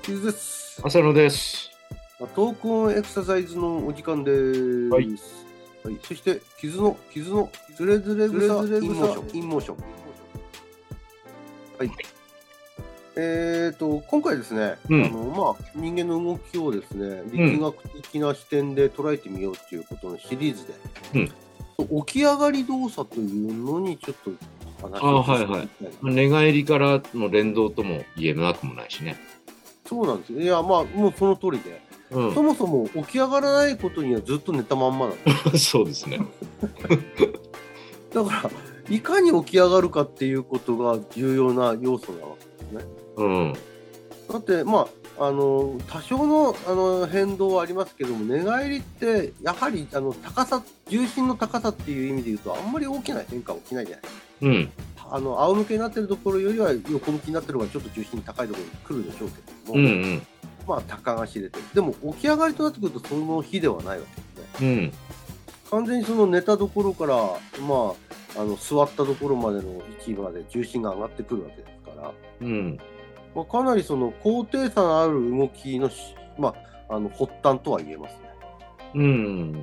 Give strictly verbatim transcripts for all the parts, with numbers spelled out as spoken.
キズです。 浅野です。 トークオンエクササイズのお時間です。はい。はい、そして傷の傷のズレズレ草インモーションインモーション。はい。えーと今回ですね、うん、あのまあ人間の動きをですね力学的な視点で捉えてみようっていうことのシリーズで、うん、起き上がり動作というのにちょっと話をしてみたい。はいはい。 寝返りからの連動とも言えなくもないしね。 そうなんですよ。いやまあもうその通りで、うん、そもそも起き上がらないことにはずっと寝たまんまなんです。そうですね。 だからいかに起き上がるかっていうことが重要な要素なわけですね。うん。だってまああの多少のあの変動はありますけども、寝返りってやはりあの高さ重心の高さっていう意味で言うとあんまり大きな変化は起きないじゃないですか。うん。あの仰向けになってるところよりは横向きになってる方がちょっと重心高いところに来るでしょうけども、うんうん、まあ高が知れてる。でも起き上がりとなってくるとその日ではないわけですね。うん、完全にその寝たところからまああの座ったところまでの位置まで重心が上がってくるわけですから、うんまあ、かなりその高低差のある動きのまああの発端とは言えますね。うん、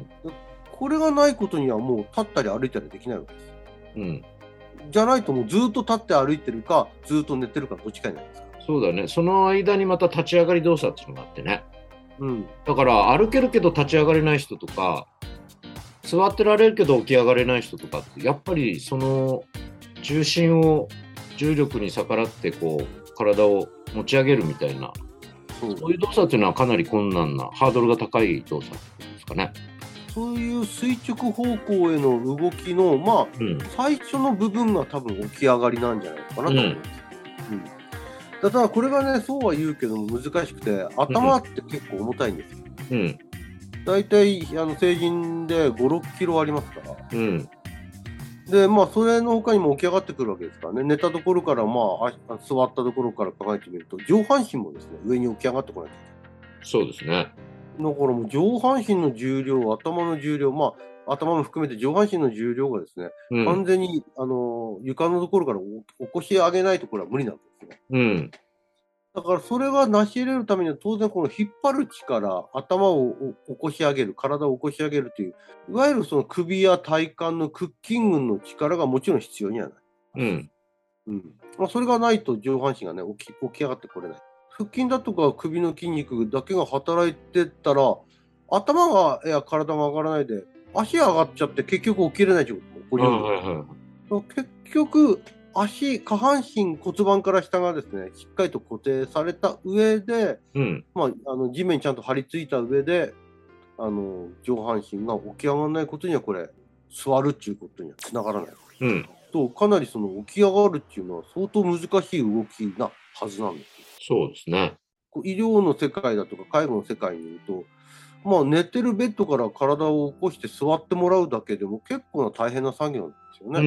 これがないことにはもう立ったり歩いたりできないわけです。うんじゃないともうずっと立って歩いてるかずっと寝てるかどっちかになりますか。 そうだね。その間にまた立ち上がり動作っていうのがあってね、うん、だから歩けるけど立ち上がれない人とか座ってられるけど起き上がれない人とかってやっぱりその重心を重力に逆らってこう体を持ち上げるみたいな、そう、そういう動作っていうのはかなり困難なハードルが高い動作ですかね。 そういう垂直方向への動きの、まあ、うん、最初の部分が多分起き上がりなんじゃないかなと思います。うんうん、ただこれがね、そうは言うけども難しくて、頭って結構重たいんですよ。うん、だいたいあの成人でご、ろっキロありますから。うん、で、まあ、それの他にも起き上がってくるわけですからね、寝たところから、まあ、座ったところから考えてみると、上半身もですね、上に起き上がってこないといけない。 そうですね。 だからもう上半身の重量、頭の重量、まあ頭も含めて上半身の重量がですね、うん、完全にあの床のところから起こし上げないところは無理なんですね。うん、だからそれが成し得れるためには当然この引っ張る力、頭を起こし上げる、体を起こし上げるという、いわゆるその首や体幹の屈筋群の力がもちろん必要にはない。うんうんまあ、それがないと上半身がね起き、起き上がってこれない。腹筋だとか首の筋肉だけが働いてたら頭がいや体が上がらないで足上がっちゃって結局起きれないということが起こり得る、はいはい、結局足下半身骨盤から下がですねしっかりと固定された上で、うんまあ、あの地面にちゃんと張り付いた上であの上半身が起き上がらないことにはこれ座るっていうことにはつながらない、うん、とかなりその起き上がるっていうのは相当難しい動きなはずなんです。 そうですね。 医療の世界だとか介護の世界にいると、まあ、寝てるベッドから体を起こして座ってもらうだけでも結構な大変な作業なんですよね。うん、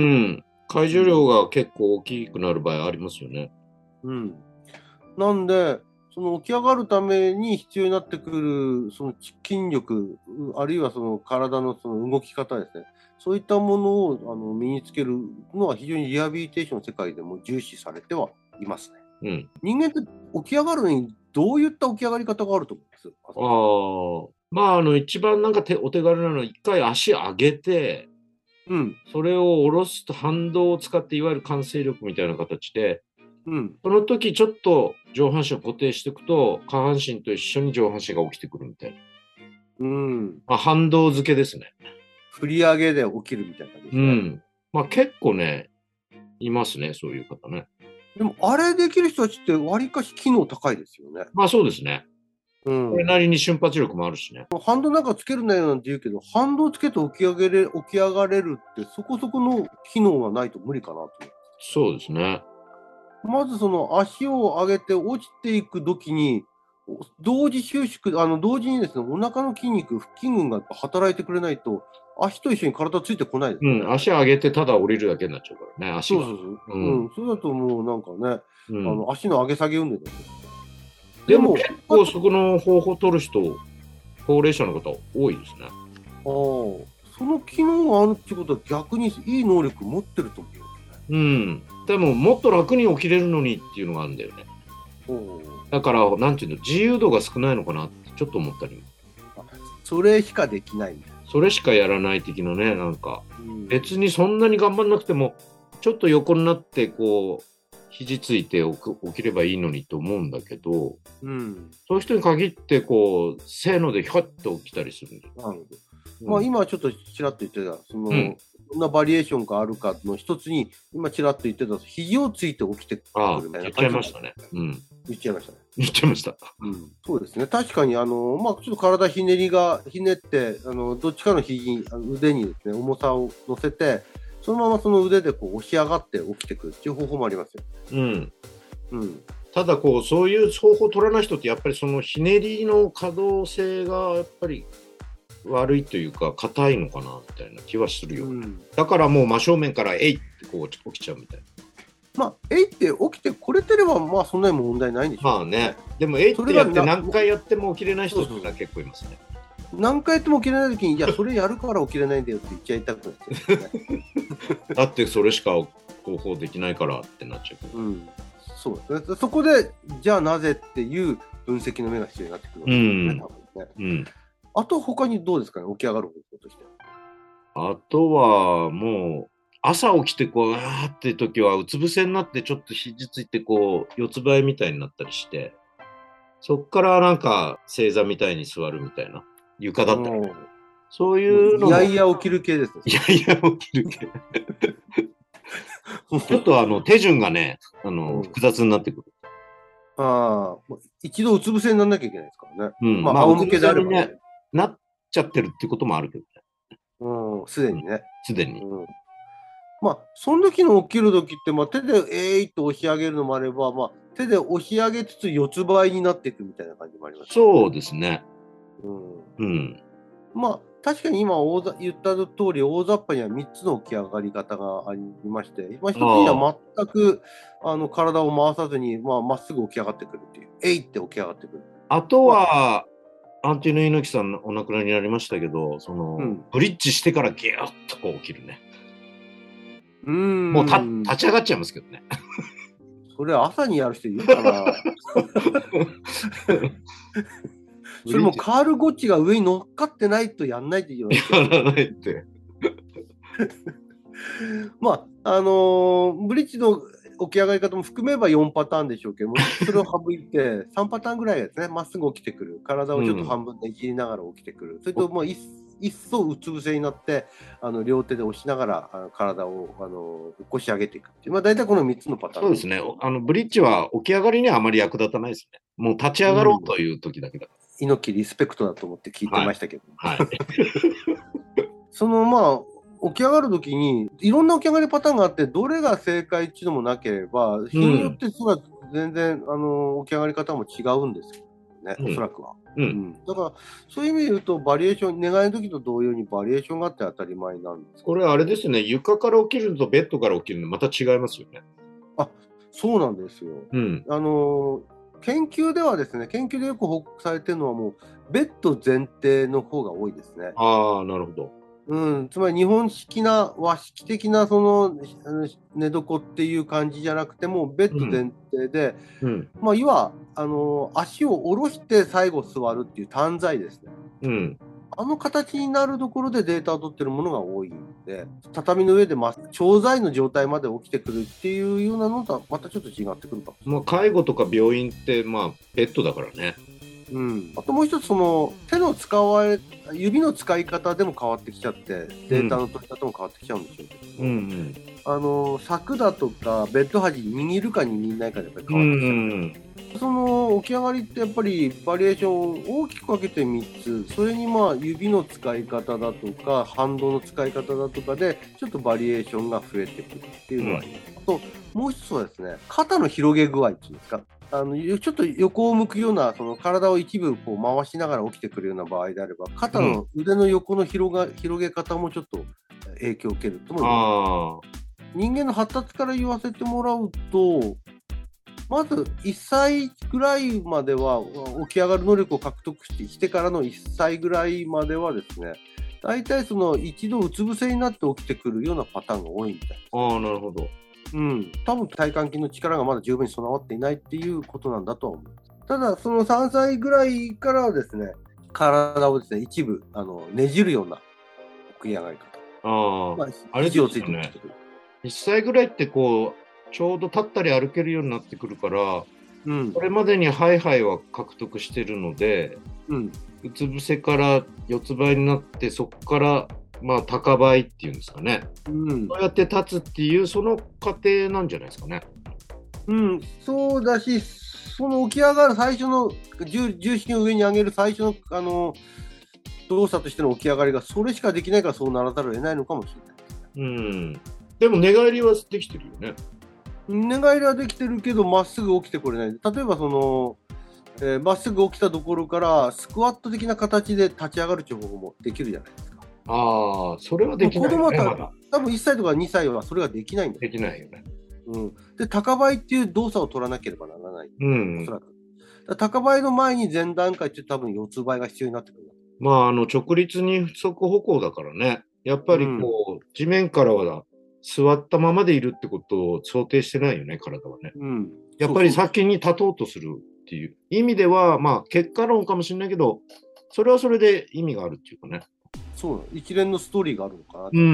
介助量が結構大きくなる場合ありますよね。 うん、なんでその起き上がるために必要になってくるその筋力あるいはその体のその動き方ですね、そういったものをあの身につけるのは非常にリハビリテーションの世界でも重視されてはいますね。うん、人間って起き上がるのにどういった起き上がり方があると思います？ あまああの一番なんか手お手軽なのは一回足上げて、うん、それを下ろすと反動を使っていわゆる慣性力みたいな形で、うん、その時ちょっと上半身を固定しておくと下半身と一緒に上半身が起きてくるみたいな、うんまあ、反動付けですね。 振り上げで起きるみたいな感じですね。うんまあ、結構ねいますねそういう方ね。 でもあれできる人たちってわりかし機能高いですよね。 まあそうですね。うん、これなりに瞬発力もあるしね。 反動なんかつけるなよなんて言うけど、反動つけて起き上げれ起き上がれるってそこそこの機能がないと無理かなと思う。 そうですね。 まずその足を上げて落ちていくときに同時収縮、あの同時にですねお腹の筋肉、腹筋群が働いてくれないと足と一緒に体ついてこないですね。 うん、足上げてただ降りるだけになっちゃうからね、足が。 そうそうそう。うん、うん、それだともうなんかね、うん、あの足の上げ下げ運動だよ。 でも結構そこの方法を取る人、高齢者の方多いですね。ああ、 その機能があるってことは逆にいい能力持ってると思うよね。 うん。でももっと楽に起きれるのにっていうのがあるんだよね。 だからなんていうの、自由度が少ないのかなってちょっと思ったり。 それしかできない。 それしかやらない的なね、なんか、うん、別にそんなに頑張んなくてもちょっと横になってこう肘ついて起きればいいのにと思うんだけど、うん、そういう人に限ってこうせーのでひょっと起きたりするんですよ。なるほど。 うん、まあ、今ちょっとちらっと言ってたその、うん、どんなバリエーションがあるかの一つに今ちらっと言ってた肘をついて起きてくるみたいな。 言っちゃいましたね。うん、 言っちゃいましたね。 言っちゃいました。 うん、そうですね。確かにあの、まあ、ちょっと体ひねりがひねってあのどっちかの肘あの腕にですね重さを乗せてそのままその腕でこう押し上がって起きてくるっていう方法もありますよ。 うんうん、ただこうそういう方法を取らない人ってやっぱりそのひねりの可動性がやっぱり悪いというか硬いのかなみたいな気はするよ、うん、だからもう真正面からえいってこう起きちゃうみたいな。 まあえいって起きてこれてればまあそんなに問題ないんでしょう、 ね、まあね。でもえいってやって何回やっても起きれない人って結構いますね。 何回やっても起きれないときにいやそれやるから起きれないんだよって言っちゃいたくなっちゃう、ね、 だってそれしか方法できないからってなっちゃう、うん、 そうですね。そこでじゃあなぜっていう分析の目が必要になってくるわけですね、うん、多分ね、うん、あと他にどうですかね起き上がる方法として。 あとはもう朝起きてこうあーって時はうつ伏せになってちょっと肘ついてこう四つ倍みたいになったりしてそっからなんか正座みたいに座るみたいな床だったらそういうのいやいや起きる系です。 いやいや起きる系ちょっとあの手順がねあの、うん、複雑になってくる。 ああ一度うつ伏せにならなきゃいけないですからね。 うん、まあ仰向けであればねなっちゃってるってこともあるけどね。 うんすでにね。 すでに。 うんまあ、その時の起きる時って、まあ、手でえーいと押し上げるのもあれば、まあ、手で押し上げつつ四つ倍になっていくみたいな感じもあります、ね。 そうですね。 うん。うん、まあ、確かに今大ざ言った通り、大雑把にはみっつの起き上がり方がありまして、まあ、ひとつには全くあの体を回さずに、まあ、まっすぐ起き上がってくるっていう、えいって起き上がってくる。 あとは、まあ、アンティの猪木さんお亡くなりになりましたけど、その、うん、ブリッジしてからギューッとこう起きるね。うんもうた立ち上がっちゃいますけどね。 それ朝にやる人いるかなそれもカール・ゴッチが上に乗っかってないとやんないといけない。 やらないって。 まあ、あのー、ブリッジの起き上がり方も含めばよんパターンでしょうけども、それを省いてさんパターンぐらいですね、まっすぐ起きてくる。体をちょっと半分ねじりながら起きてくる。うん、それともう一一層うつ伏せになってあの両手で押しながらあの体をあの起こし上げていくっていう、まあ、大体このみっつのパターン。 そうですね。あのブリッジは起き上がりにはあまり役立たないですね。もう立ち上がろうという時だけだから。 うん、猪木リスペクトだと思って聞いてましたけど、 はいはい、 そのまあ起き上がる時にいろんな起き上がりパターンがあってどれが正解っていうのもなければ日によってそれは全然、うん、あの起き上がり方も違うんですけどね、うん、おそらくは。うんうん、だからそういう意味で言うとバリエーション寝返りの時と同様にバリエーションがあって当たり前なんです。 これはあれですね床から起きるのとベッドから起きるのまた違いますよね。 あそうなんですよ、うん、あの研究ではですね研究でよく報告されてるのはもうベッド前提の方が多いですね。 ああなるほど。 うん、つまり日本式な和式的なその寝床っていう感じじゃなくてもベッド前提で、うんうん、まあ要はあの足を下ろして最後座るっていう短材ですね、うん、あの形になるところでデータを取ってるものが多いので畳の上で長材の状態まで起きてくるっていうようなのとはまたちょっと違ってくるかもしれない。 まあ、介護とか病院ってまあベッドだからね。 うん、あともう一つその手の使われ指の使い方でも変わってきちゃってデータの取り方も変わってきちゃうんでしょうけど、うんうん、あの柵だとかベッド端握るか握らないかでやっぱり変わってきちゃう、うんうん、その起き上がりってやっぱりバリエーションを大きく分けてみっつそれにまあ指の使い方だとか反動の使い方だとかでちょっとバリエーションが増えてくるっていうのはあります、うん、あともう一つはですね肩の広げ具合っていうんですかあのちょっと横を向くようなその体を一部こう回しながら起きてくるような場合であれば肩の腕の横の広が、うん、広げ方もちょっと影響を受けると思います。人間の発達から言わせてもらうとまずいっさいぐらいまでは起き上がる能力を獲得してきてからのいっさいぐらいまではですね大体その一度うつ伏せになって起きてくるようなパターンが多いみたいです。 ああなるほど。 うん、多分体幹筋の力がまだ十分に備わっていないっていうことなんだとは思う。ただ、そのさんさいぐらいからはですね、体をですね、一部あのねじるような起き上がり方。 あ、まあ、あれですよね。いっさいぐらいってこう、ちょうど立ったり歩けるようになってくるから、うん、それまでにハイハイは獲得してるので、うん、うつ伏せから四つ這いになって、そこからまあ高這いっていうんですかね、うん、そうやって立つっていうその過程なんじゃないですかね。 うん、そうだし、その起き上がる最初の重心を上に上げる最初のあの動作としての起き上がりがそれしかできないからそうならざるを得ないのかもしれない。 うん、でも寝返りはできてるよね。 寝返りはできてるけどまっすぐ起きてこれない。例えばそのえー、まっすぐ起きたところからスクワット的な形で立ち上がるという方法もできるじゃないですか。 ああ、それはできないよね。 子供はまだ多分いっさいとかにさいはそれができないんだよ。できないよね。 うん、で高這いっていう動作を取らなければならない。うん、おそらく。だ高這いの前に前段階って多分四つ這いが必要になってくる。 まあ、あの直立に不足歩行だからね。やっぱりこう、うん、地面からは座ったままでいるってことを想定してないよね、体はね。うん、やっぱり先に立とうとするっていう意味では、まあ、結果論かもしれないけど、それはそれで意味があるっていうかね。 そう一連のストーリーがあるのかな。 うん、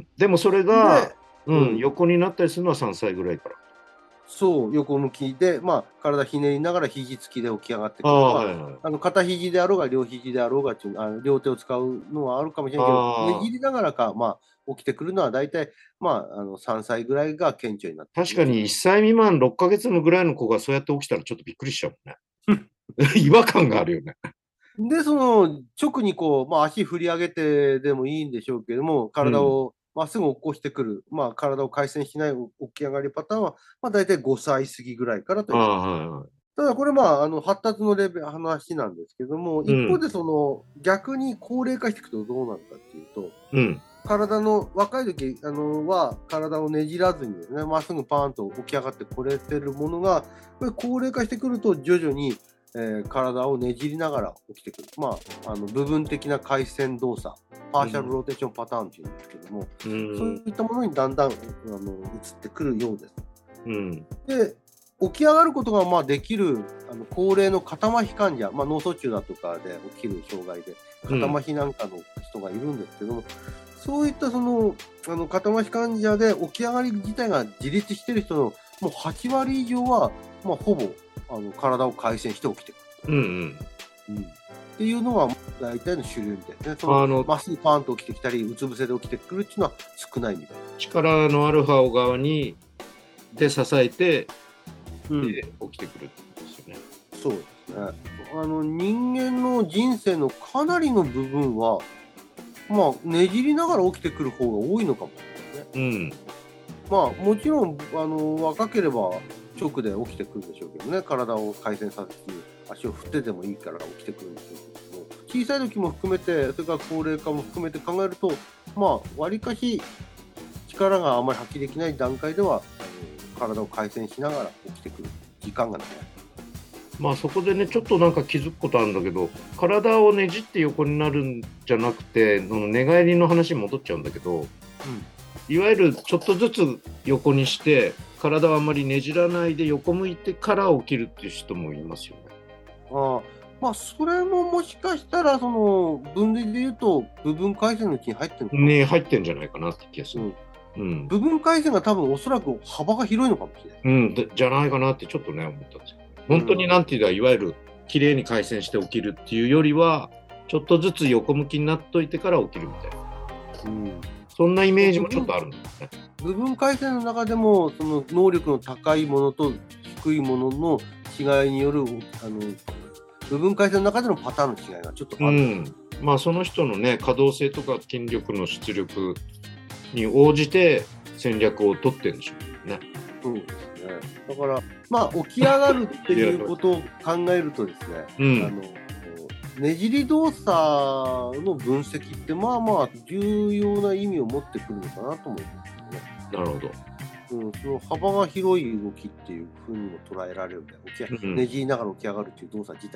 でもそれが、うん、横になったりするのはさんさいぐらいから。 そう、横向きで、まあ、体ひねりながら肘つきで起き上がってくるとか、はいはい、あの片肘であろうが両肘であろうがあの両手を使うのはあるかもしれないけど、ねじりながらか、まあ、起きてくるのは大体、まあ、あのさんさいぐらいが顕著になってくる。 確かにいっさい未満ろっかげつのぐらいの子がそうやって起きたらちょっとびっくりしちゃうもんね。違和感があるよね。 で、その直にこう、まあ、足振り上げてでもいいんでしょうけども、体をまっすぐ起こしてくる、うん、まあ、体を回旋しない起き上がりパターンは、まあ、大体ごさい過ぎぐらいからという。ただこれ、まあ、あの発達のレベル話なんですけども、一方でその、うん、逆に高齢化していくとどうなるかっていうと、うん、体の若い時あのは体をねじらずにですね、まっすぐパーンと起き上がってこれてるものが、これ高齢化してくると徐々にえー、体をねじりながら起きてくる、まあ、あの部分的な回旋動作、パーシャルローテーションパターンっていうんですけども、うん、そういったものにだんだんあの移ってくるようです。うん、で起き上がることがまあできるあの高齢の肩麻痺患者、まあ、脳卒中だとかで起きる障害で肩麻痺なんかの人がいるんですけども、うん、そういったそのあの肩麻痺患者で起き上がり自体が自立している人のもうはちわり以上は、まあ、ほぼあの体を回旋して起きてくる、うんうんうん、っていうのが大体の主流みたいですね。そのまっすぐパーンと起きてきたりうつ伏せで起きてくるっていうのは少ないみたいな。 力のある歯を側にで支えて、うん、で起きてくるってことですよね。 そうですね。あの人間の人生のかなりの部分はまあねじりながら起きてくる方が多いのかもしれないですね。うん、まあもちろんあの若ければ直で起きてくるでしょうけどね、体を回旋させて足を振ってでもいいから起きてくるんでしょうけども、小さい時も含めてそれから高齢化も含めて考えると、まあわりかし力があまり発揮できない段階ではあの体を回転しながら起きてくる時間がない。 まあそこでねちょっとなんか気づくことあるんだけど、体をねじって横になるんじゃなくての寝返りの話に戻っちゃうんだけど、うん、いわゆるちょっとずつ横にして体はあんまりねじらないで横向いてから起きるっていう人もいますよね。 ああ、まあそれももしかしたらその分類で言うと部分回線のうちに入ってるのかな。 ね、入ってるんじゃないかなって気がする。うんうん、部分回線が多分おそらく幅が広いのかもしれない。 うん、じゃないかなってちょっとね思ったんですよ。本当になんていうか、いわゆる綺麗に回線して起きるっていうよりはちょっとずつ横向きになっといてから起きるみたいな。うん、そんなイメージもちょっとあるんですね。 部分回線の中でもその能力の高いものと低いものの違いによるあの部分回線の中でのパターンの違いがちょっとある、うん、 まあその人のね可動性とか筋力の出力に応じて戦略を取ってるんでしょうね。 そうですね。だからまあ起き上がるっていうことを考えるとですね、うん、あのねじり動作の分析ってまあまあ重要な意味を持ってくるのかなと思いますね。 なるほど。 うん、その幅が広い動きっていうふうにも捉えられるんだよ。起き、うん、ねじりながら起き上がるっていう動作自体が。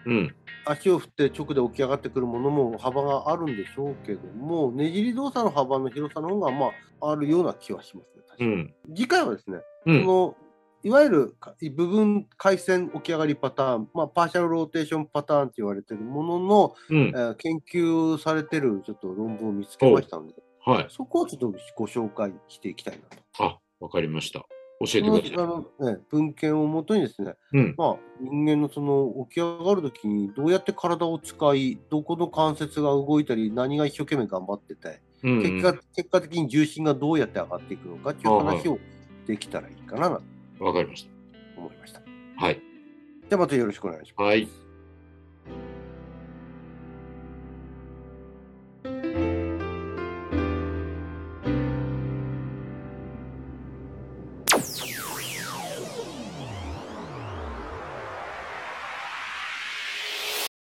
うん、 足を振って直で起き上がってくるものも幅があるんでしょうけども、ねじり動作の幅の広さの方が、まあ、あるような気はしますね、確かに。うん、次回はですね、うん、そのいわゆる部分回線起き上がりパターン、まあ、パーシャルローテーションパターンと言われているものの、うん、えー、研究されているちょっと論文を見つけましたので、はい、そこをちょっとご紹介していきたいなと。 あ、わかりました。教えてください。 あの、ね、文献をもとにですね、うん、まあ、人間のその起き上がるときにどうやって体を使い、どこの関節が動いたり、何が一生懸命頑張ってて、うんうん、結果、結果的に重心がどうやって上がっていくのかっていう話をできたらいいかなと。 わかりました。 思いました。 はい。 じゃあまたよろしくお願いします。 はい。